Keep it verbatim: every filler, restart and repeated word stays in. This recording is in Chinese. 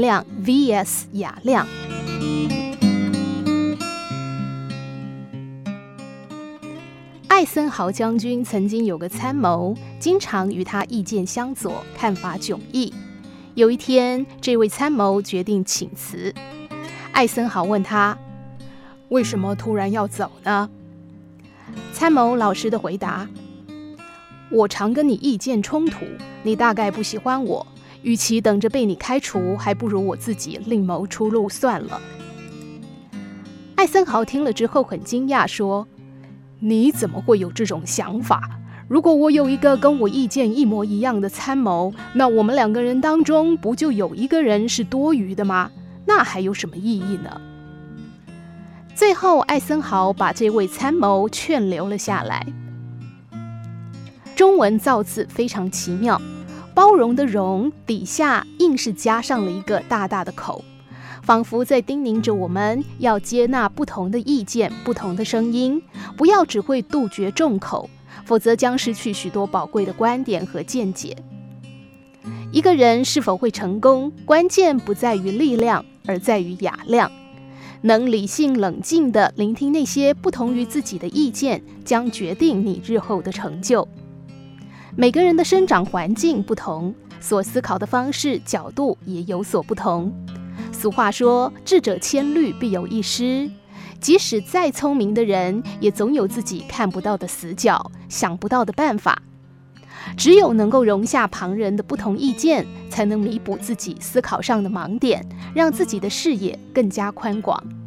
量 V S 雅量。艾森豪将军曾经有个参谋，经常与他意见相左，看法迥异。有一天，这位参谋决定请辞。艾森豪问他：“为什么突然要走呢？”参谋老实的回答：“我常跟你意见冲突，你大概不喜欢我，与其等着被你开除，还不如我自己另谋出路算了。”艾森豪听了之后很惊讶，说：“你怎么会有这种想法？如果我有一个跟我意见一模一样的参谋，那我们两个人当中不就有一个人是多余的吗？那还有什么意义呢？”最后，艾森豪把这位参谋劝留了下来。中文造字非常奇妙，包容的容底下硬是加上了一个大大的口，仿佛在叮咛着我们要接纳不同的意见、不同的声音，不要只会杜绝众口，否则将失去许多宝贵的观点和见解。一个人是否会成功，关键不在于力量，而在于雅量。能理性冷静地聆听那些不同于自己的意见，将决定你日后的成就。每个人的生长环境不同，所思考的方式、角度也有所不同。俗话说，智者千虑，必有一失。即使再聪明的人，也总有自己看不到的死角，想不到的办法。只有能够容下旁人的不同意见，才能弥补自己思考上的盲点，让自己的视野更加宽广。